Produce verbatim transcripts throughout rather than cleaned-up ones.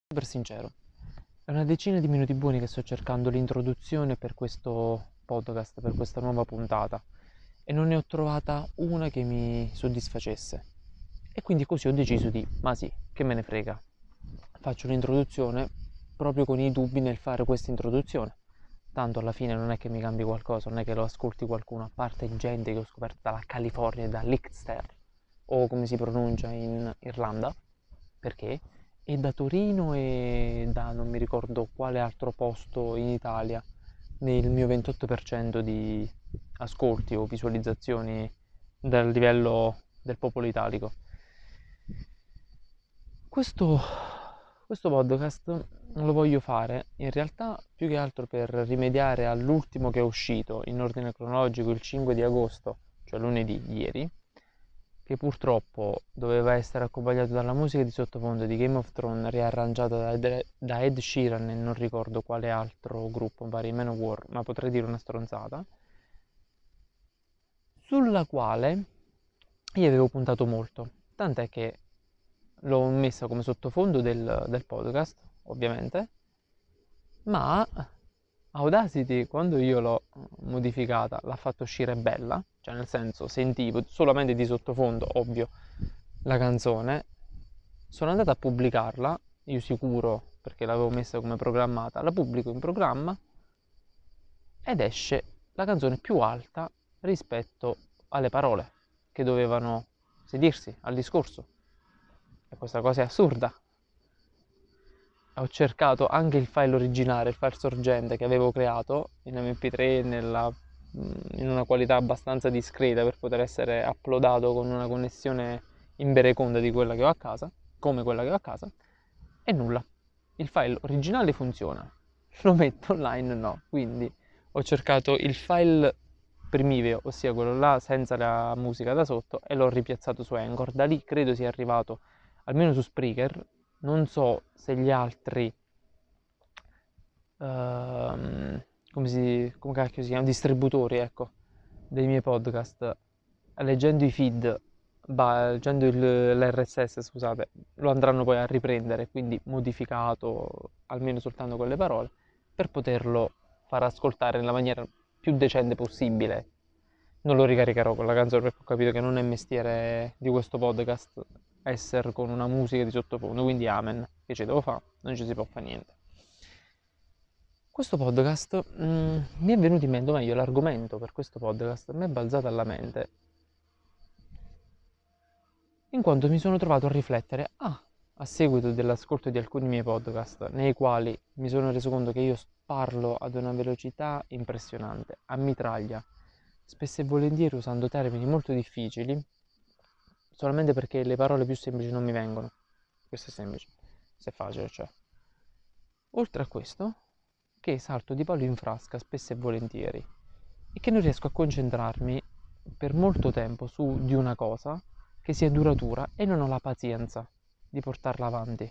Per sincero, è una decina di minuti buoni che sto cercando l'introduzione per questo podcast, per questa nuova puntata, e non ne ho trovata una che mi soddisfacesse. E quindi così ho deciso di, ma sì, che me ne frega. Faccio l'introduzione proprio con i dubbi nel fare questa introduzione. Tanto alla fine non è che mi cambi qualcosa, non è che lo ascolti qualcuno, a parte gente che ho scoperto dalla California e dall'Ixter, o come si pronuncia in Irlanda, perché? E da Torino e da non mi ricordo quale altro posto in Italia nel mio ventotto per cento di ascolti o visualizzazioni dal livello del popolo italico. Questo, questo podcast lo voglio fare in realtà più che altro per rimediare all'ultimo che è uscito in ordine cronologico il cinque di agosto, cioè lunedì, ieri, che purtroppo doveva essere accompagnato dalla musica di sottofondo di Game of Thrones riarrangiata da, da Ed Sheeran e non ricordo quale altro gruppo, pare Manowar, ma potrei dire una stronzata, sulla quale io avevo puntato molto, tant'è che l'ho messa come sottofondo del, del podcast, ovviamente, ma Audacity, quando io l'ho modificata, l'ha fatta uscire bella, cioè nel senso sentivo solamente di sottofondo, ovvio, la canzone. Sono andato a pubblicarla, io sicuro, perché l'avevo messa come programmata, la pubblico in programma ed esce la canzone più alta rispetto alle parole che dovevano seguirsi al discorso. E questa cosa è assurda. Ho cercato anche il file originale, il file sorgente che avevo creato in M P tre nella, in una qualità abbastanza discreta per poter essere uploadato con una connessione imbereconda di quella che ho a casa, come quella che ho a casa, e nulla. Il file originale funziona, lo metto online no, quindi ho cercato il file primiveo, ossia quello là senza la musica da sotto, e l'ho ripiazzato su Anchor. Da lì credo sia arrivato, almeno su Spreaker, non so se gli altri ehm, come si come cacchio si chiama, distributori, ecco, dei miei podcast, leggendo i feed, bah, leggendo il- l'R S S, scusate, lo andranno poi a riprendere, quindi modificato almeno soltanto con le parole, per poterlo far ascoltare nella maniera più decente possibile. Non lo ricaricherò con la canzone perché ho capito che non è mestiere di questo podcast essere con una musica di sottofondo, quindi amen, che ci devo fare, non ci si può fare niente. Questo podcast mm, mi è venuto in mente, o meglio, l'argomento per questo podcast mi è balzato alla mente in quanto mi sono trovato a riflettere, ah, a seguito dell'ascolto di alcuni miei podcast, nei quali mi sono reso conto che io parlo ad una velocità impressionante, a mitraglia, spesso e volentieri usando termini molto difficili, solamente perché le parole più semplici non mi vengono. Questo è semplice, questo è facile, cioè. Oltre a questo, che salto di palo in frasca spesso e volentieri e che non riesco a concentrarmi per molto tempo su di una cosa che sia duratura e non ho la pazienza di portarla avanti.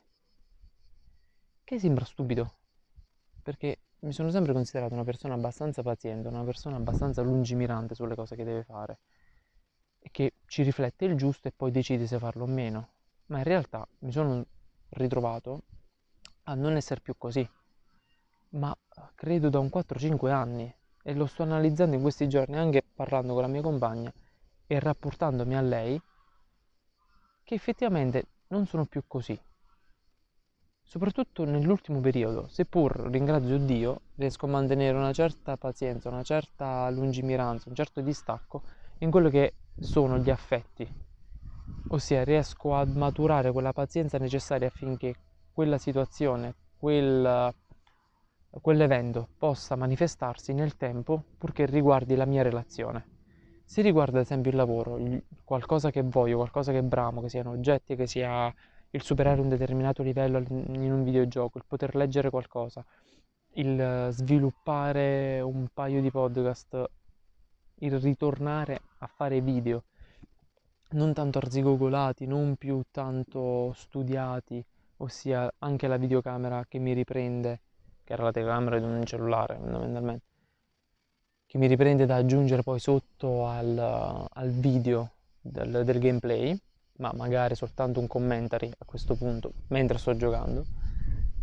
Che sembra stupido, perché mi sono sempre considerato una persona abbastanza paziente, una persona abbastanza lungimirante sulle cose che deve fare e che ci riflette il giusto e poi decide se farlo o meno. Ma in realtà mi sono ritrovato a non essere più così, ma credo da un quattro cinque anni, e lo sto analizzando in questi giorni anche parlando con la mia compagna e rapportandomi a lei, che effettivamente non sono più così. Soprattutto nell'ultimo periodo, seppur ringrazio Dio, riesco a mantenere una certa pazienza, una certa lungimiranza, un certo distacco in quello che sono gli affetti. Ossia riesco a maturare quella pazienza necessaria affinché quella situazione, quel, quell'evento possa manifestarsi nel tempo purché riguardi la mia relazione. Se riguarda ad esempio il lavoro, il- qualcosa che voglio, qualcosa che bramo, che siano oggetti, che sia il superare un determinato livello in un videogioco, il poter leggere qualcosa, il eh, sviluppare un paio di podcast, il ritornare a fare video, non tanto arzigogolati, non più tanto studiati, ossia anche la videocamera che mi riprende, che era la telecamera di un cellulare fondamentalmente, che mi riprende da aggiungere poi sotto al, al video del, del gameplay, ma magari soltanto un commentary a questo punto mentre sto giocando.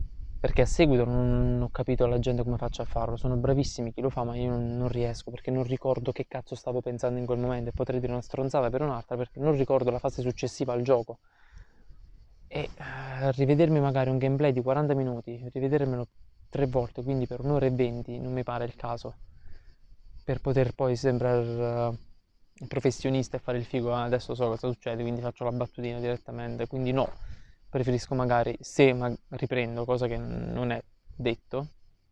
perché a seguito non ho capito la gente come faccia a farlo. Sono bravissimi chi lo fa, ma io non, non riesco, perché non ricordo che cazzo stavo pensando in quel momento, e potrei dire una stronzata per un'altra, perché non ricordo la fase successiva al gioco. E eh, rivedermi magari un gameplay di quaranta minuti, rivedermelo tre volte, quindi per un'ora e venti, non mi pare il caso, per poter poi sembrare uh, professionista e fare il figo. Ah, adesso so cosa succede, quindi faccio la battutina direttamente. Quindi no, preferisco magari, se ma- riprendo, cosa che non è detto,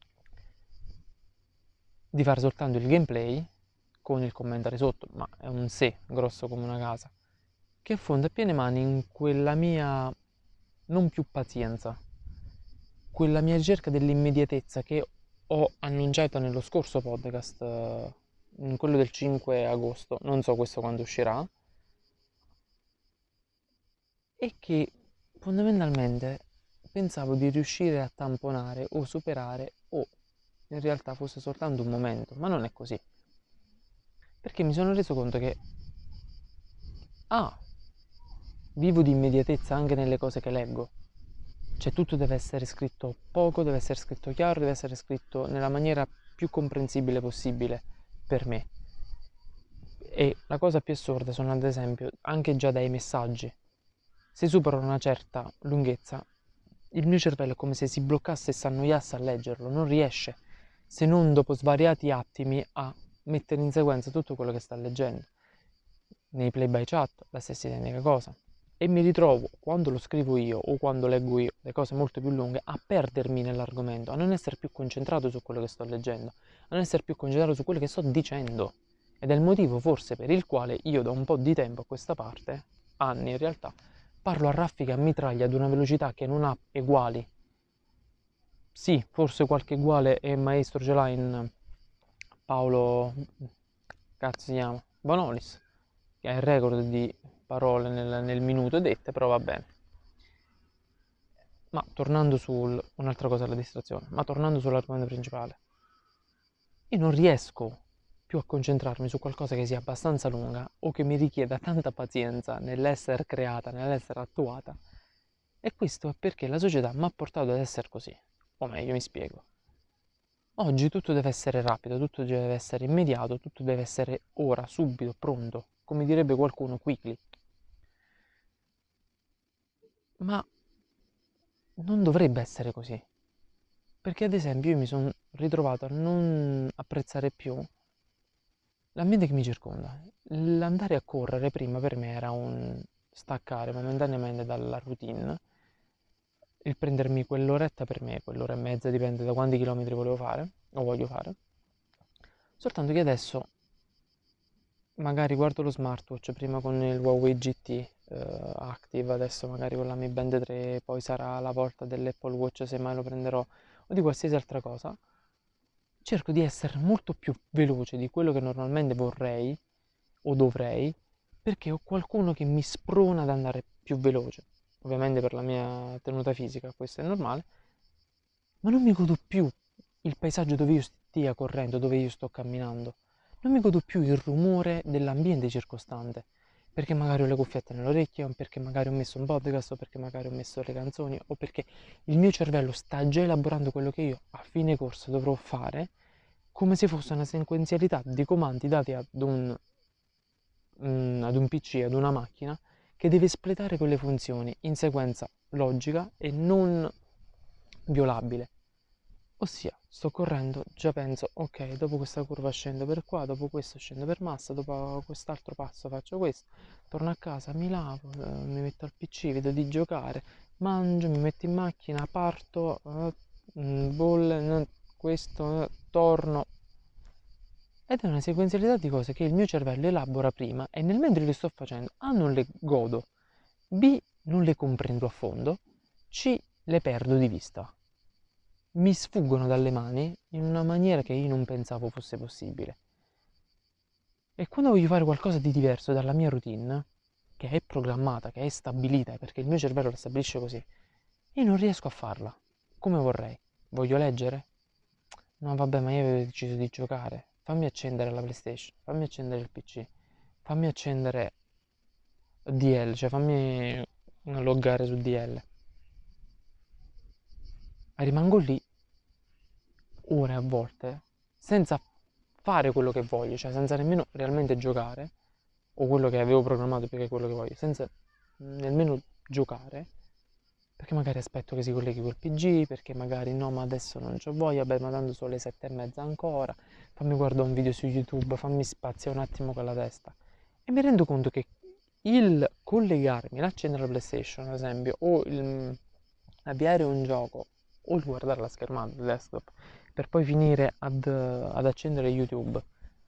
di fare soltanto il gameplay con il commentare sotto, ma è un se grosso come una casa, che affonda a piene mani in quella mia non più pazienza, quella mia ricerca dell'immediatezza che ho annunciato nello scorso podcast, eh, in quello del cinque agosto, non so questo quando uscirà, e che fondamentalmente pensavo di riuscire a tamponare o superare, o in realtà fosse soltanto un momento, ma non è così. Perché mi sono reso conto che ah, vivo di immediatezza anche nelle cose che leggo. Cioè tutto deve essere scritto poco, deve essere scritto chiaro, deve essere scritto nella maniera più comprensibile possibile per me. E la cosa più assurda sono ad esempio anche già dai messaggi. Se superano una certa lunghezza, il mio cervello è come se si bloccasse e si annoiasse a leggerlo, non riesce, se non dopo svariati attimi, a mettere in sequenza tutto quello che sta leggendo. Nei play by chat la stessa identica cosa. E mi ritrovo, quando lo scrivo io o quando leggo io le cose molto più lunghe, a perdermi nell'argomento, a non essere più concentrato su quello che sto leggendo, a non essere più concentrato su quello che sto dicendo. Ed è il motivo forse per il quale io da un po' di tempo a questa parte, anni in realtà, parlo a raffica e a mitraglia ad una velocità che non ha eguali. Sì, forse qualche uguale e maestro ce l'ha in Paolo, cazzo si chiama? Bonolis, che ha il record di parole nel, nel minuto dette, però va bene. Ma tornando sul... un'altra cosa alla distrazione, ma tornando sull'argomento principale, io non riesco più a concentrarmi su qualcosa che sia abbastanza lunga o che mi richieda tanta pazienza nell'essere creata, nell'essere attuata. E questo è perché la società mi ha portato ad essere così. O meglio, mi spiego. Oggi tutto deve essere rapido, tutto deve essere immediato, tutto deve essere ora, subito, pronto, come direbbe qualcuno, quickly. Ma non dovrebbe essere così. Perché ad esempio io mi sono ritrovato a non apprezzare più l'ambiente che mi circonda. L'andare a correre prima per me era un staccare momentaneamente dalla routine, il prendermi quell'oretta per me, quell'ora e mezza, dipende da quanti chilometri volevo fare o voglio fare. Soltanto che adesso magari guardo lo smartwatch prima con il Huawei G T eh, Active, adesso magari con la Mi Band tre, poi sarà la volta dell'Apple Watch se mai lo prenderò o di qualsiasi altra cosa. Cerco di essere molto più veloce di quello che normalmente vorrei o dovrei, perché ho qualcuno che mi sprona ad andare più veloce. Ovviamente per la mia tenuta fisica, questo è normale, ma non mi godo più il paesaggio dove io stia correndo, dove io sto camminando. Non mi godo più il rumore dell'ambiente circostante, perché magari ho le cuffiette nelle orecchie, o perché magari ho messo un podcast, o perché magari ho messo le canzoni, o perché il mio cervello sta già elaborando quello che io a fine corso dovrò fare, come se fosse una sequenzialità di comandi dati ad un, mm, ad un P C, ad una macchina, che deve espletare quelle funzioni in sequenza logica e non violabile. Ossia, sto correndo, già penso, ok, dopo questa curva scendo per qua, dopo questo scendo per massa, dopo quest'altro passo faccio questo, torno a casa, mi lavo, eh, mi metto al P C, vedo di giocare, mangio, mi metto in macchina, parto, eh, mm, bolle, no, questo, eh, torno. Ed è una sequenzialità di cose che il mio cervello elabora prima e nel mentre le sto facendo, A, non le godo, B, non le comprendo a fondo, C, le perdo di vista. Mi sfuggono dalle mani in una maniera che io non pensavo fosse possibile. E quando voglio fare qualcosa di diverso dalla mia routine, che è programmata, che è stabilita, perché il mio cervello la stabilisce così, io non riesco a farla come vorrei. Voglio leggere? No, vabbè, ma io avevo deciso di giocare. Fammi accendere la PlayStation, fammi accendere il P C, fammi accendere D L, cioè fammi loggare su D L. rimango lì ore a volte senza fare quello che voglio, cioè senza nemmeno realmente giocare, o quello che avevo programmato più che quello che voglio, senza nemmeno giocare, perché magari aspetto che si colleghi quel P G, perché magari no, ma adesso non c'ho voglia, beh, ma tanto sono le sette e mezza ancora, fammi guardare un video su YouTube, fammi spaziare un attimo con la testa. E mi rendo conto che il collegarmi, l'accendere la PlayStation, ad esempio, o il avviare un gioco, o il guardare la schermata del desktop, per poi finire ad, ad accendere YouTube,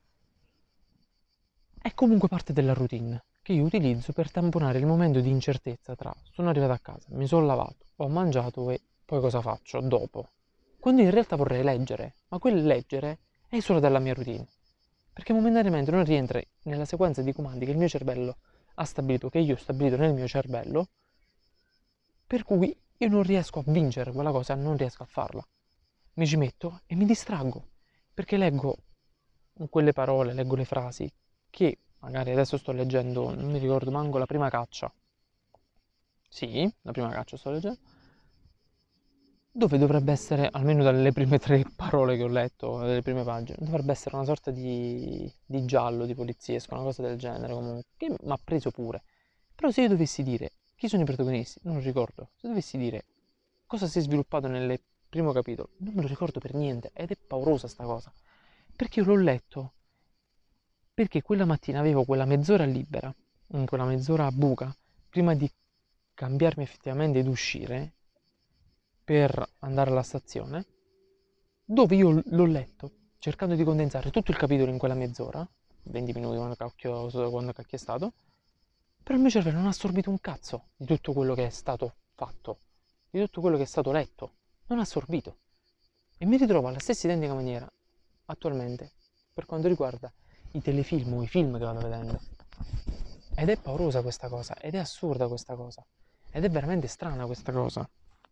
è comunque parte della routine che io utilizzo per tamponare il momento di incertezza tra sono arrivato a casa, mi sono lavato, ho mangiato e poi cosa faccio dopo. Quando in realtà vorrei leggere, ma quel leggere è solo della mia routine, perché momentaneamente non rientra nella sequenza di comandi che il mio cervello ha stabilito, che io ho stabilito nel mio cervello, per cui io non riesco a vincere quella cosa, non riesco a farla. Mi ci metto e mi distraggo, perché leggo quelle parole, leggo le frasi che magari adesso sto leggendo, non mi ricordo manco la prima caccia. Sì, la prima caccia sto leggendo. Dove dovrebbe essere, almeno dalle prime tre parole che ho letto, dalle prime pagine, dovrebbe essere una sorta di, di giallo, di poliziesco, una cosa del genere comunque, che mi ha preso pure. Però se io dovessi dire chi sono i protagonisti, non lo ricordo. Se dovessi dire cosa si è sviluppato nel primo capitolo, non me lo ricordo per niente, ed è paurosa sta cosa. Perché io l'ho letto, perché quella mattina avevo quella mezz'ora libera, quella mezz'ora a buca, prima di cambiarmi effettivamente ed uscire per andare alla stazione, dove io l'ho letto cercando di condensare tutto il capitolo in quella mezz'ora, venti minuti quando cacchio, quando cacchio è stato, però il mio cervello non ha assorbito un cazzo di tutto quello che è stato fatto, di tutto quello che è stato letto, non ha assorbito. E mi ritrovo alla stessa identica maniera attualmente per quanto riguarda i telefilm o i film che vado vedendo. Ed è paurosa questa cosa, ed è assurda questa cosa, ed è veramente strana questa cosa.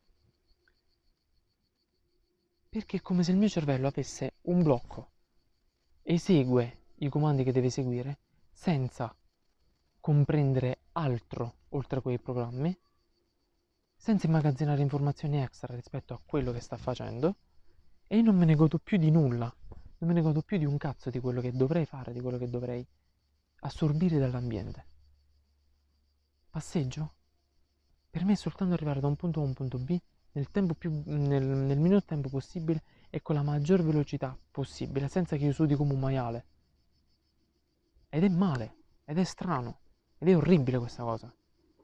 Perché è come se il mio cervello avesse un blocco, esegue i comandi che deve eseguire senza comprendere altro oltre a quei programmi, senza immagazzinare informazioni extra rispetto a quello che sta facendo, e io non me ne godo più di nulla, non me ne godo più di un cazzo di quello che dovrei fare, di quello che dovrei assorbire dall'ambiente. Passeggio? Per me è soltanto arrivare da un punto A a un punto B nel, tempo più, nel, nel minor tempo possibile e con la maggior velocità possibile, senza che io sudi come un maiale. Ed è male, ed è strano, ed è orribile questa cosa.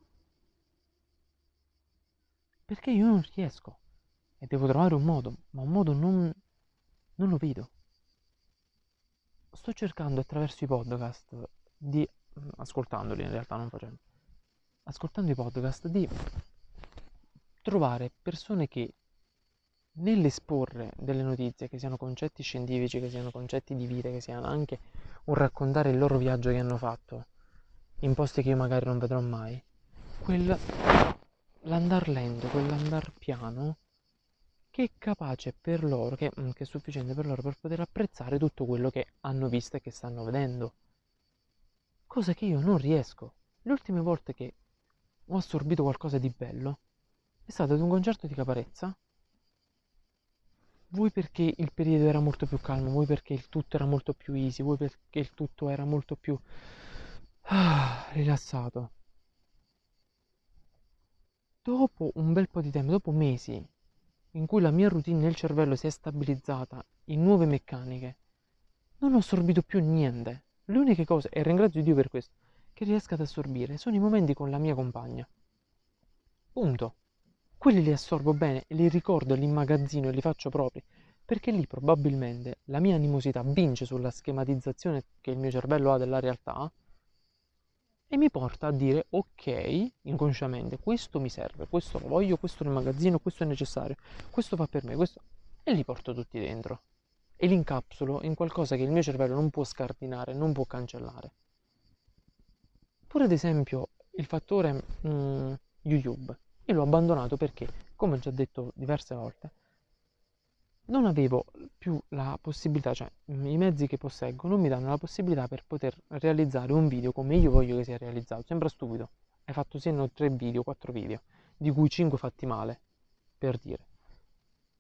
Perché io non riesco. E devo trovare un modo, ma un modo non, non lo vedo. Sto cercando attraverso i podcast di, ascoltandoli in realtà non facendo, ascoltando i podcast di trovare persone che nell'esporre delle notizie, che siano concetti scientifici, che siano concetti di vita, che siano anche un raccontare il loro viaggio che hanno fatto in posti che io magari non vedrò mai, quel l'andar lento, quell'andar piano che è capace per loro, che, che è sufficiente per loro per poter apprezzare tutto quello che hanno visto e che stanno vedendo. Cosa che io non riesco. Le ultime volte che ho assorbito qualcosa di bello è stato ad un concerto di Caparezza. Vuoi perché il periodo era molto più calmo, vuoi perché il tutto era molto più easy, vuoi perché il tutto era molto più ah, rilassato. Dopo un bel po' di tempo, dopo mesi in cui la mia routine nel cervello si è stabilizzata in nuove meccaniche, non ho assorbito più niente. Le uniche cose, e ringrazio Dio per questo, che riesco ad assorbire sono i momenti con la mia compagna. Punto. Quelli li assorbo bene, li ricordo, li immagazzino e li faccio propri, perché lì probabilmente la mia animosità vince sulla schematizzazione che il mio cervello ha della realtà e mi porta a dire ok, inconsciamente, questo mi serve, questo lo voglio, questo lo immagazzino, questo è necessario, questo fa per me, questo... e li porto tutti dentro. E li incapsulo in qualcosa che il mio cervello non può scardinare, non può cancellare. Pure ad esempio il fattore mm, YouTube. Io l'ho abbandonato perché, come ho già detto diverse volte, non avevo più la possibilità, cioè i mezzi che posseggo non mi danno la possibilità per poter realizzare un video come io voglio che sia realizzato. Sembra stupido. Hai fatto sì, no, tre video, quattro video, di cui cinque fatti male, per dire.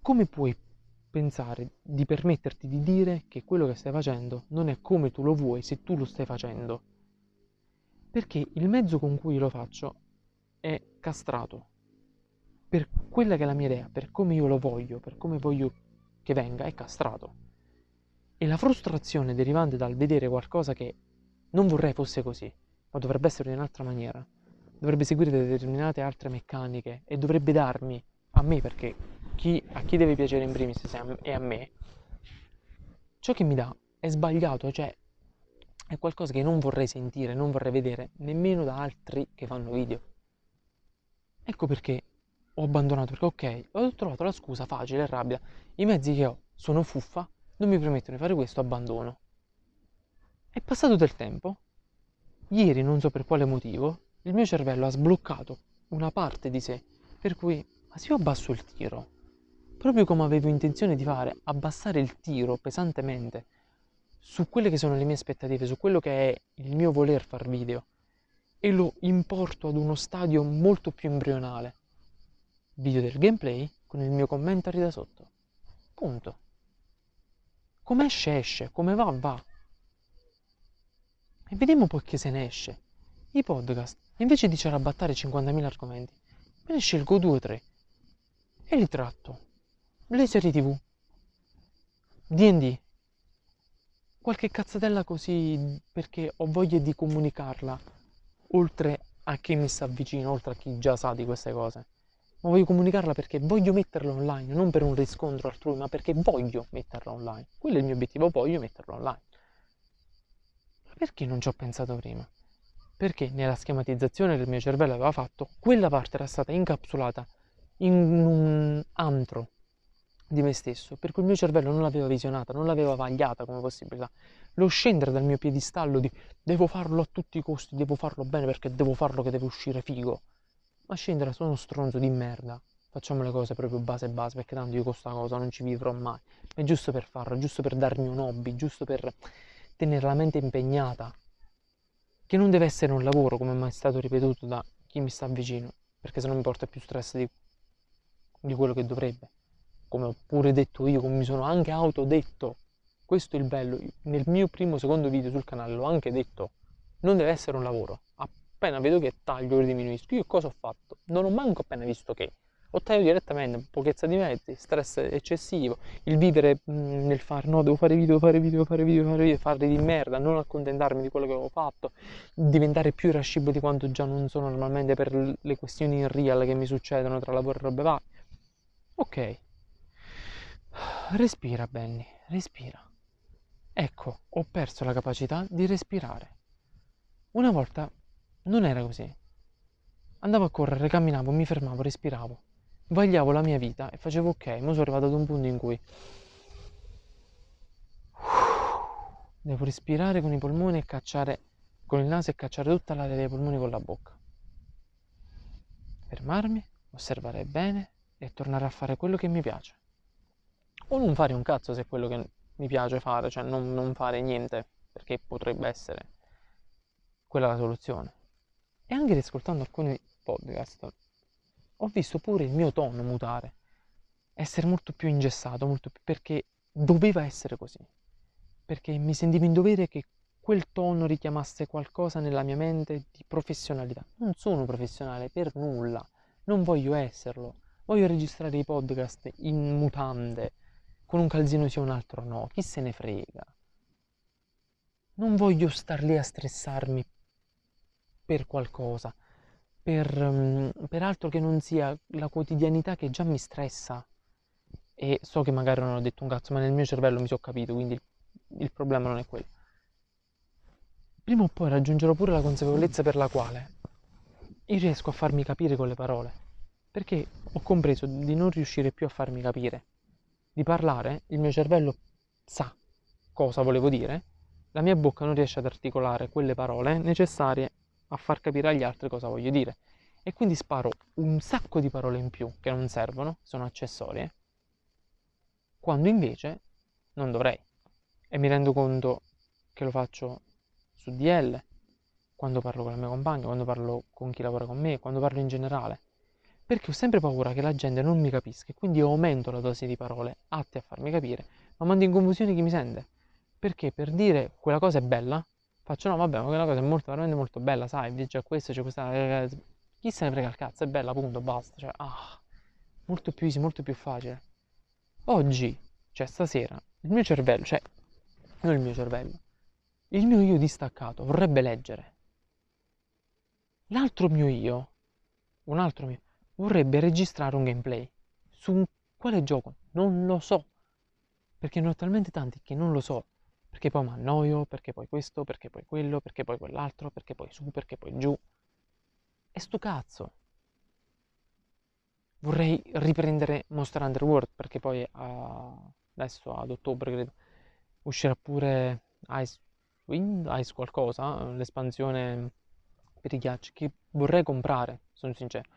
come puoi pensare di permetterti di dire che quello che stai facendo non è come tu lo vuoi se tu lo stai facendo? Perché il mezzo con cui lo faccio è castrato. Per quella che è la mia idea, per come io lo voglio, per come voglio che venga, è castrato. E la frustrazione derivante dal vedere qualcosa che non vorrei fosse così, ma dovrebbe essere in un'altra maniera, dovrebbe seguire determinate altre meccaniche e dovrebbe darmi, a me, perché chi, a chi deve piacere in primis è a me, ciò che mi dà è sbagliato, cioè è qualcosa che non vorrei sentire, non vorrei vedere, nemmeno da altri che fanno video. Ecco perché ho abbandonato, perché ok, ho trovato la scusa facile e rapida, i mezzi che ho sono fuffa, non mi permettono di fare questo, abbandono. È passato del tempo, ieri non so per quale motivo, il mio cervello ha sbloccato una parte di sé, per cui, ma se io abbasso il tiro, proprio come avevo intenzione di fare, abbassare il tiro pesantemente su quelle che sono le mie aspettative, su quello che è il mio voler far video, e lo importo ad uno stadio molto più embrionale. Video del gameplay con il mio commentary da sotto. Punto. Come esce esce, come va va. E vediamo poi che se ne esce. I podcast, invece di ciarabattare cinquantamila argomenti, me ne scelgo due o tre e li tratto. Le serie tv, D and D, qualche cazzatella così perché ho voglia di comunicarla, oltre a chi mi sta vicino, oltre a chi già sa di queste cose. Ma voglio comunicarla perché voglio metterla online, non per un riscontro altrui, ma perché voglio metterla online. Quello è il mio obiettivo, voglio metterla online. Perché non ci ho pensato prima? Perché nella schematizzazione che il mio cervello aveva fatto, quella parte era stata incapsulata in un antro di me stesso, per cui il mio cervello non l'aveva visionata, non l'aveva vagliata come possibilità. Lo scendere dal mio piedistallo di devo farlo a tutti i costi, devo farlo bene perché devo farlo che deve uscire figo. Ma scendere sono uno stronzo di merda. Facciamo le cose proprio base base, perché tanto io con sta cosa non ci vivrò mai. Ma è giusto per farlo, giusto per darmi un hobby, giusto per tenere la mente impegnata. Che non deve essere un lavoro, come mi è stato ripetuto da chi mi sta vicino, perché se no mi porta più stress di, di quello che dovrebbe. Come ho pure detto io, come mi sono anche autodetto. Questo è il bello. Nel mio primo secondo video sul canale l'ho anche detto. Non deve essere un lavoro. Appena vedo che taglio e diminuisco, io cosa ho fatto? Non ho manco appena visto che. Ho tagliato direttamente, pochezza di mezzi, stress eccessivo, il vivere mh, nel fare no, devo fare video, devo fare video, devo fare video, devo fare video, farli di merda, non accontentarmi di quello che avevo fatto, diventare più irascibile di quanto già non sono normalmente per le questioni in real che mi succedono tra lavoro e robe varie. Ok, respira Benny, respira. Ecco, ho perso la capacità di respirare. Una volta non era così. Andavo a correre, camminavo, mi fermavo, respiravo, vagliavo la mia vita e facevo ok, ma sono arrivato ad un punto in cui devo respirare con i polmoni e cacciare con il naso e cacciare tutta l'aria dei polmoni con la bocca. Fermarmi, osservare bene e tornare a fare quello che mi piace. O non fare un cazzo se è quello che mi piace fare, cioè non, non fare niente, perché potrebbe essere quella la soluzione. E anche riascoltando alcuni podcast ho visto pure il mio tono mutare, essere molto più ingessato, molto più, perché doveva essere così, perché mi sentivo in dovere che quel tono richiamasse qualcosa nella mia mente di professionalità. Non sono professionale per nulla, non voglio esserlo, voglio registrare i podcast in mutande, con un calzino sì o un altro no, chi se ne frega. Non voglio star lì a stressarmi per qualcosa, per, um, per altro che non sia la quotidianità che già mi stressa. E so che magari non ho detto un cazzo, ma nel mio cervello mi sono capito, quindi il, il problema non è quello. Prima o poi raggiungerò pure la consapevolezza per la quale io riesco a farmi capire con le parole, perché ho compreso di non riuscire più a farmi capire. Di parlare, il mio cervello sa cosa volevo dire, la mia bocca non riesce ad articolare quelle parole necessarie a far capire agli altri cosa voglio dire. E quindi sparo un sacco di parole in più che non servono, sono accessorie, quando invece non dovrei. E mi rendo conto che lo faccio su D L, quando parlo con la mia compagna, quando parlo con chi lavora con me, quando parlo in generale. perché ho sempre paura che la gente non mi capisca e quindi aumento la dose di parole atte a farmi capire, ma mando in confusione chi mi sente. Perché per dire quella cosa è bella, faccio no, vabbè, ma quella cosa è molto, veramente molto bella, sai, c'è questo, c'è questa... eh, chi se ne frega il cazzo, è bella, punto, basta. Cioè, ah, molto più easy, molto più facile. Oggi, cioè stasera, il mio cervello, cioè, non il mio cervello, il mio io distaccato vorrebbe leggere. L'altro mio io, un altro mio, vorrebbe registrare un gameplay. Su un- quale gioco? Non lo so. Perché ne ho talmente tanti che non lo so. Perché poi mi annoio, perché poi questo, perché poi quello, perché poi quell'altro, perché poi su, perché poi giù. E sto cazzo. Vorrei riprendere Monster Hunter World perché poi a- adesso ad ottobre credo uscirà pure Ice Wind, Ice qualcosa, l'espansione per i ghiacci che vorrei comprare, sono sincero.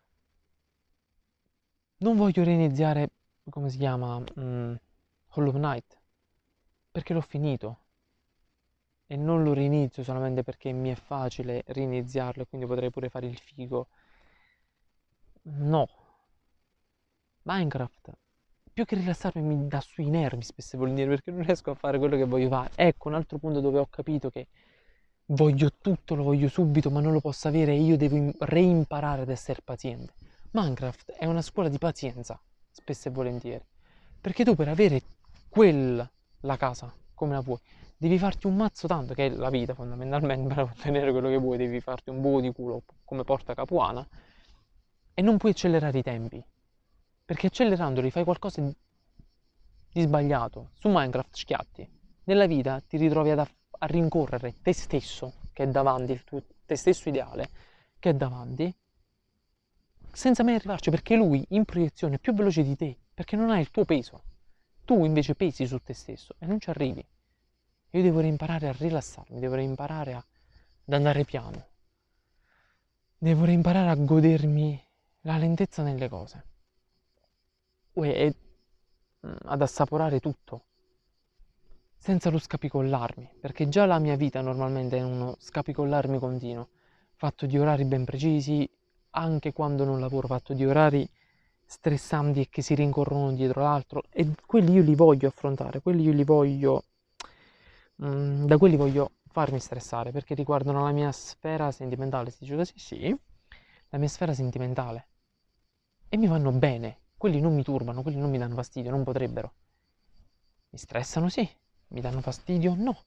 Non voglio reiniziare, come si chiama, mm, Hollow Knight, perché l'ho finito e non lo rinizio solamente perché mi è facile riniziarlo e quindi potrei pure fare il figo. No, Minecraft, più che rilassarmi, mi dà sui nervi spesso e volentieri perché non riesco a fare quello che voglio fare. Ecco, un altro punto dove ho capito che voglio tutto, lo voglio subito, ma non lo posso avere e io devo im- reimparare ad essere paziente. Minecraft è una scuola di pazienza, spesso e volentieri. Perché tu per avere quella, la casa, come la vuoi, devi farti un mazzo tanto, che è la vita fondamentalmente, per ottenere quello che vuoi, devi farti un buco di culo come porta capuana e non puoi accelerare i tempi. Perché accelerandoli fai qualcosa di di sbagliato. Su Minecraft schiatti. Nella vita ti ritrovi ad a, a rincorrere te stesso, che è davanti, il tuo te stesso ideale, che è davanti, senza mai arrivarci, perché lui in proiezione è più veloce di te, perché non ha il tuo peso. Tu invece pesi su te stesso e non ci arrivi. Io devo imparare a rilassarmi, devo imparare a, ad andare piano, devo imparare a godermi la lentezza nelle cose. Uè, e mm, ad assaporare tutto, senza lo scapicollarmi, perché già la mia vita normalmente è uno scapicollarmi continuo, fatto di orari ben precisi, anche quando non lavoro, fatto di orari stressanti e che si rincorrono dietro l'altro, e quelli io li voglio affrontare, quelli io li voglio, mm, da quelli voglio farmi stressare, perché riguardano la mia sfera sentimentale, si dice così, sì, la mia sfera sentimentale, e mi vanno bene, quelli non mi turbano, quelli non mi danno fastidio, non potrebbero. Mi stressano sì, mi danno fastidio no.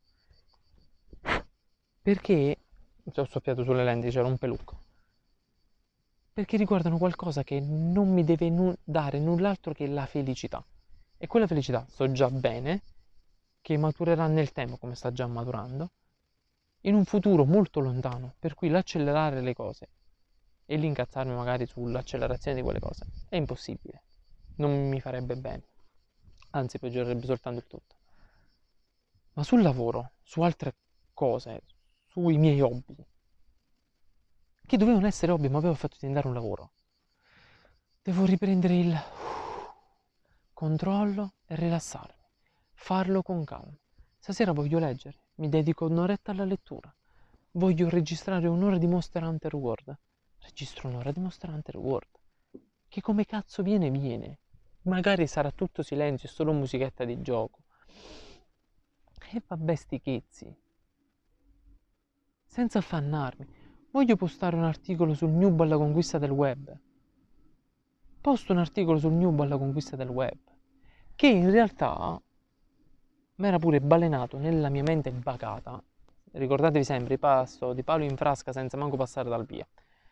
Perché, ci ho soffiato sulle lenti, c'era un pelucco. Perché riguardano qualcosa che non mi deve nu- dare null'altro che la felicità. E quella felicità so già bene che maturerà nel tempo, come sta già maturando, in un futuro molto lontano, per cui l'accelerare le cose e l'incazzarmi magari sull'accelerazione di quelle cose è impossibile. Non mi farebbe bene. Anzi, peggiorerebbe soltanto il tutto. Ma sul lavoro, su altre cose, sui miei hobby, che dovevano essere hobby, ma avevo fatto diventare un lavoro. Devo riprendere il controllo e rilassarmi, farlo con calma. Stasera voglio leggere, mi dedico un'oretta alla lettura. Voglio registrare un'ora di Monster Hunter World. Registro un'ora di Monster Hunter World. Che come cazzo viene, viene. Magari sarà tutto silenzio e solo musichetta di gioco. E vabbè sti chizzi. Senza affannarmi. Voglio postare un articolo sul Noob alla conquista del web. Posto un articolo sul Noob alla conquista del web. Che in realtà mi era pure balenato nella mia mente bacata. Ricordatevi sempre, passo di palo in frasca senza manco passare dal via.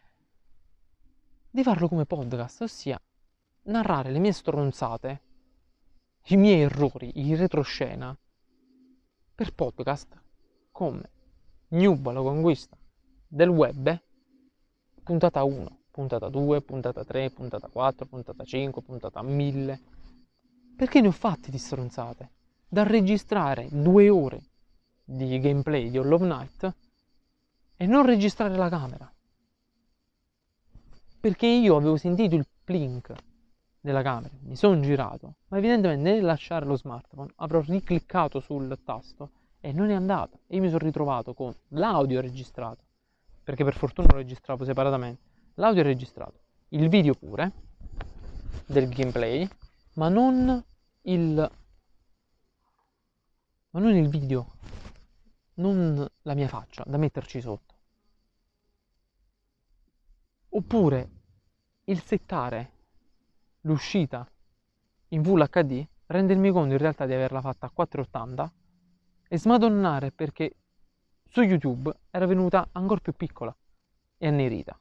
Di farlo come podcast, ossia narrare le mie stronzate, i miei errori, in retroscena, per podcast, come Noob alla conquista del web, puntata uno, puntata due, puntata tre, puntata quattro, puntata cinque, puntata mille. Perché ne ho fatte di stronzate? Da registrare due ore di gameplay di Hollow Knight e non registrare la camera. Perché io avevo sentito il plink della camera, mi sono girato, ma evidentemente nel lasciare lo smartphone avrò ricliccato sul tasto e non è andato. E io mi sono ritrovato con l'audio registrato, perché per fortuna lo registravo separatamente, l'audio registrato, il video pure del gameplay, ma non il ma non il video, non la mia faccia da metterci sotto. Oppure il settare l'uscita in Full acca di, rendermi conto in realtà di averla fatta a quattrocentottanta e smadonnare perché su YouTube era venuta ancora più piccola e annerita.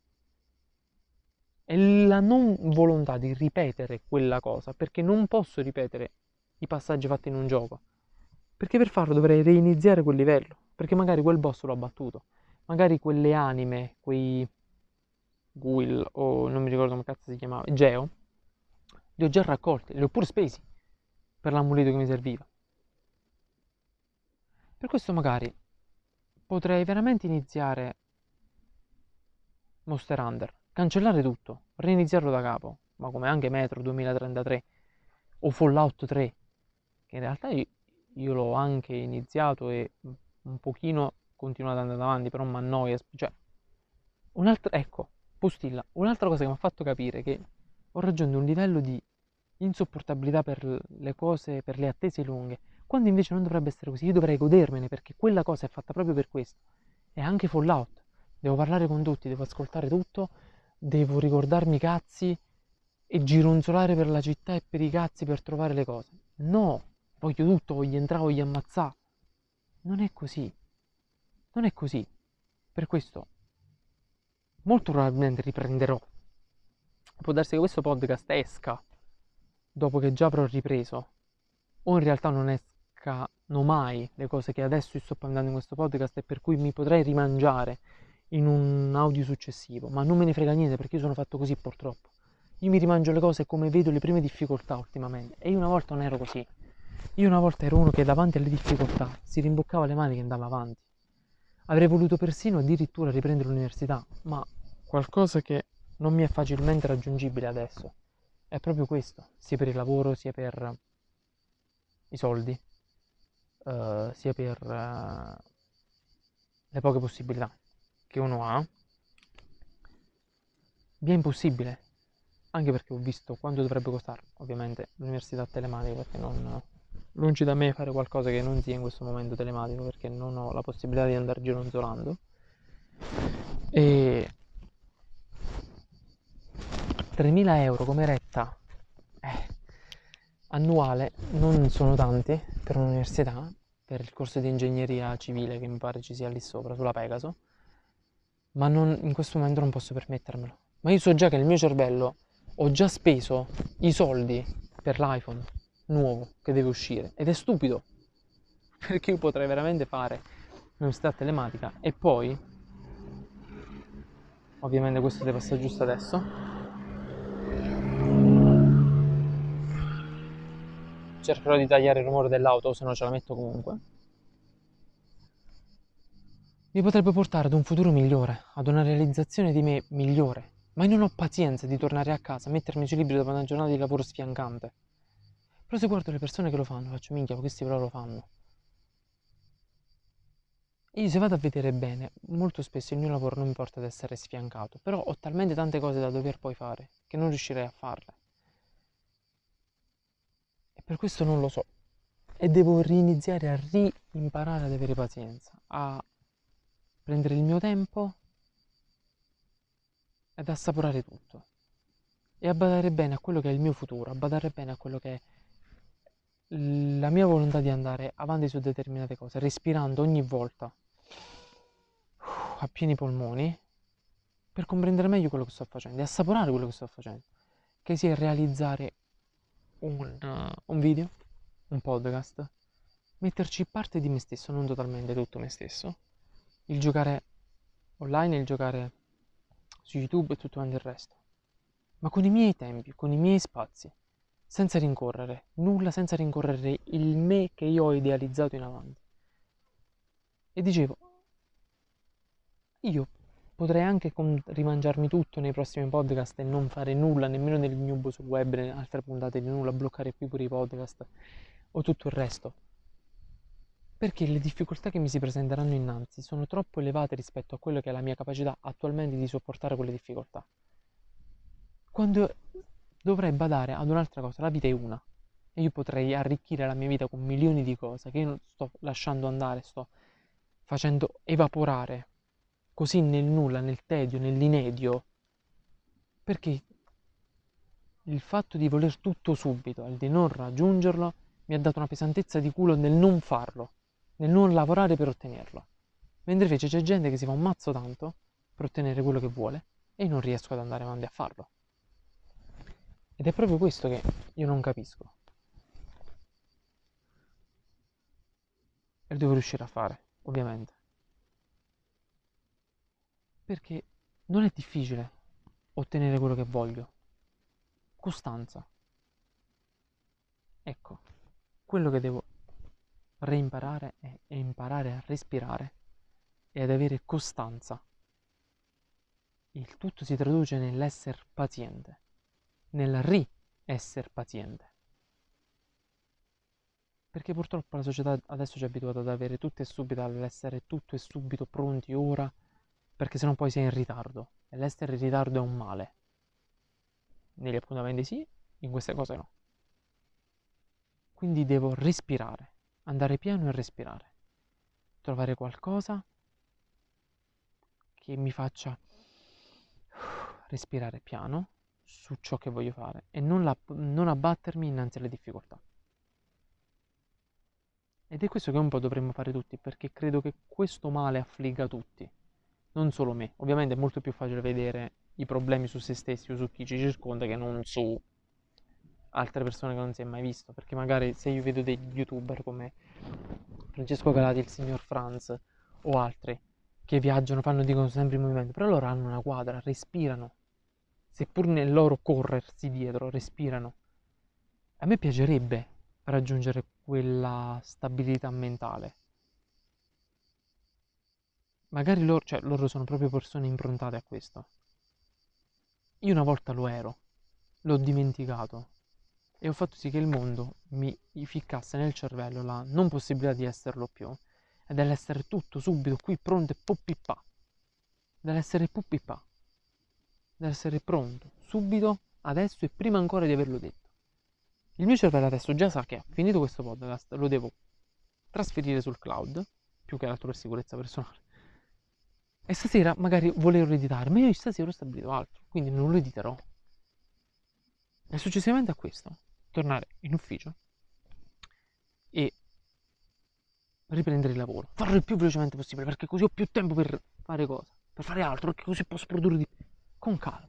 E la non volontà di ripetere quella cosa, perché non posso ripetere i passaggi fatti in un gioco, perché per farlo dovrei reiniziare quel livello, perché magari quel boss l'ho battuto, magari quelle anime, quei Guil o non mi ricordo come cazzo si chiamava, Geo, li ho già raccolti, li ho pure spesi per l'amuleto che mi serviva. Per questo magari potrei veramente iniziare Monster Hunter, cancellare tutto, reiniziarlo da capo, ma come anche Metro duemilatrentatré o Fallout tre, che in realtà io, io l'ho anche iniziato e un pochino continuato ad andare avanti, però mi annoia, cioè, un'altra, ecco, postilla, un'altra cosa che mi ha fatto capire che ho raggiunto un livello di insopportabilità per le cose, per le attese lunghe, quando invece non dovrebbe essere così, io dovrei godermene perché quella cosa è fatta proprio per questo. E anche Fallout, devo parlare con tutti, devo ascoltare tutto, devo ricordarmi i cazzi e gironzolare per la città e per i cazzi per trovare le cose. No, voglio tutto, voglio entrare, voglio ammazzare. Non è così, non è così. Per questo, molto probabilmente riprenderò. Può darsi che questo podcast esca dopo che già avrò ripreso, o in realtà non escano mai le cose che adesso sto parlando in questo podcast e per cui mi potrei rimangiare in un audio successivo, ma non me ne frega niente perché io sono fatto così purtroppo. Io mi rimangio le cose come vedo le prime difficoltà ultimamente e io una volta non ero così. Io una volta ero uno che davanti alle difficoltà si rimboccava le mani e andava avanti. Avrei voluto persino addirittura riprendere l'università, ma qualcosa che non mi è facilmente raggiungibile adesso è proprio questo, sia per il lavoro, sia per i soldi, eh, sia per eh, le poche possibilità che uno ha. Vi è impossibile, anche perché ho visto quanto dovrebbe costare, ovviamente, l'università telematica, perché non, lungi da me fare qualcosa che non sia in questo momento telematico, perché non ho la possibilità di andare gironzolando. E tremila euro come retta eh, annuale non sono tanti per un'università, per il corso di ingegneria civile che mi pare ci sia lì sopra, sulla Pegaso, ma non, in questo momento non posso permettermelo. Ma io so già che nel mio cervello ho già speso i soldi per l'iPhone nuovo che deve uscire ed è stupido perché io potrei veramente fare un'università telematica e poi ovviamente questo deve passare giusto adesso, cercherò di tagliare il rumore dell'auto se no ce la metto comunque, mi potrebbe portare ad un futuro migliore, ad una realizzazione di me migliore. Ma io non ho pazienza di tornare a casa, mettermi sui libri dopo una giornata di lavoro sfiancante. Però se guardo le persone che lo fanno, faccio minchia, ma questi però lo fanno. E io se vado a vedere bene, molto spesso il mio lavoro non mi porta ad essere sfiancato, però ho talmente tante cose da dover poi fare che non riuscirei a farle. E per questo non lo so. E devo riniziare a rimparare ad avere pazienza, a prendere il mio tempo ed assaporare tutto. E a badare bene a quello che è il mio futuro, a badare bene a quello che è la mia volontà di andare avanti su determinate cose, respirando ogni volta a pieni polmoni per comprendere meglio quello che sto facendo e assaporare quello che sto facendo, che sia realizzare un, uh, un video, un podcast, metterci parte di me stesso, non totalmente tutto me stesso, il giocare online, il giocare su YouTube e tutto quanto il resto, ma con i miei tempi, con i miei spazi, senza rincorrere, nulla senza rincorrere il me che io ho idealizzato in avanti. E dicevo, io potrei anche con- rimangiarmi tutto nei prossimi podcast e non fare nulla, nemmeno nel nubo sul web, nelle altre puntate di nulla, bloccare qui pure i podcast o tutto il resto. Perché le difficoltà che mi si presenteranno innanzi sono troppo elevate rispetto a quello che è la mia capacità attualmente di sopportare quelle difficoltà. quando dovrei badare ad un'altra cosa. La vita è una e io potrei arricchire la mia vita con milioni di cose che io sto lasciando andare, sto facendo evaporare così nel nulla, nel tedio, nell'inedio, perché il fatto di voler tutto subito e di non raggiungerlo mi ha dato una pesantezza di culo nel non farlo, nel non lavorare per ottenerlo. Mentre invece c'è gente che si fa un mazzo tanto per ottenere quello che vuole e io non riesco ad andare avanti a farlo. Ed è proprio questo che io non capisco. E lo devo riuscire a fare, ovviamente. Perché non è difficile ottenere quello che voglio. Costanza. Ecco, quello che devo reimparare è, è imparare a respirare e ad avere costanza. Il tutto si traduce nell'essere paziente, nel ri-essere paziente. Perché purtroppo la società adesso ci è abituata ad avere tutto e subito, all'essere tutto e subito pronti ora, perché sennò poi sei in ritardo. E l'essere in ritardo è un male. Negli appuntamenti sì, in queste cose no. Quindi devo respirare, andare piano e respirare. Trovare qualcosa che mi faccia respirare piano su ciò che voglio fare e non, la, non abbattermi innanzi alle difficoltà. Ed è questo che un po' dovremmo fare tutti, perché credo che questo male affligga tutti, non solo me. Ovviamente è molto più facile vedere i problemi su se stessi o su chi ci circonda che non su altre persone che non si è mai visto, perché magari se io vedo degli youtuber come Francesco Calati, il signor Franz o altri che viaggiano, fanno, dicono sempre in movimento, però loro hanno una quadra, respirano, seppur nel loro corrersi dietro, respirano. A me piacerebbe raggiungere quella stabilità mentale. Magari loro, cioè loro sono proprio persone improntate a questo. Io una volta lo ero, l'ho dimenticato e ho fatto sì che il mondo mi ficcasse nel cervello la non possibilità di esserlo più e dell'essere tutto subito qui pronto e puppipà, dell'essere puppipà, dell'essere pronto subito, adesso e prima ancora di averlo detto. Il mio cervello adesso già sa che ha finito questo podcast, lo devo trasferire sul cloud, più che altro per sicurezza personale. E stasera magari volevo editare, ma io stasera ho stabilito altro, quindi non lo editerò. E successivamente a questo, tornare in ufficio e riprendere il lavoro, farlo il più velocemente possibile, perché così ho più tempo per fare cose, per fare altro, perché così posso produrre di più, con calma.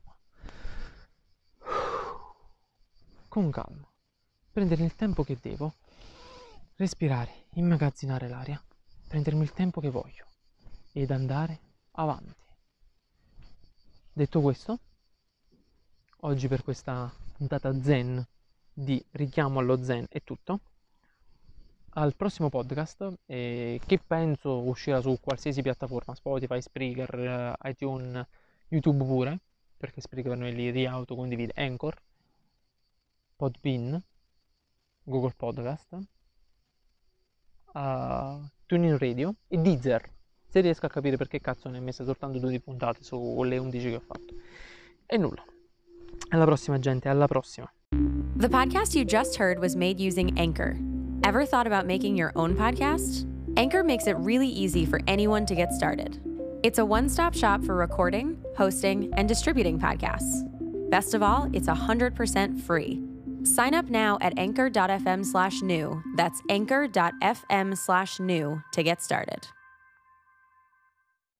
Con calma. Prendere il tempo che devo, respirare, immagazzinare l'aria, prendermi il tempo che voglio ed andare avanti. Detto questo, oggi per questa puntata zen di richiamo allo zen è tutto. Al prossimo podcast, eh, che penso uscirà su qualsiasi piattaforma, Spotify, Spreaker, iTunes, YouTube pure, perché Spreaker noi li riauto condivide, Anchor, Podbean, Google Podcast, uh, TuneIn Radio e Deezer, se riesco a capire perché cazzo ne ho messe soltanto due puntate sulle undici che ho fatto. E nulla. Alla prossima, gente, alla prossima. The podcast you just heard was made using Anchor. Ever thought about making your own podcast? Anchor makes it really easy for anyone to get started. It's a one-stop shop for recording, hosting, and distributing podcasts. Best of all, it's one hundred percent free. Sign up now at anchor.fm slash new. That's anchor.fm slash new to get started.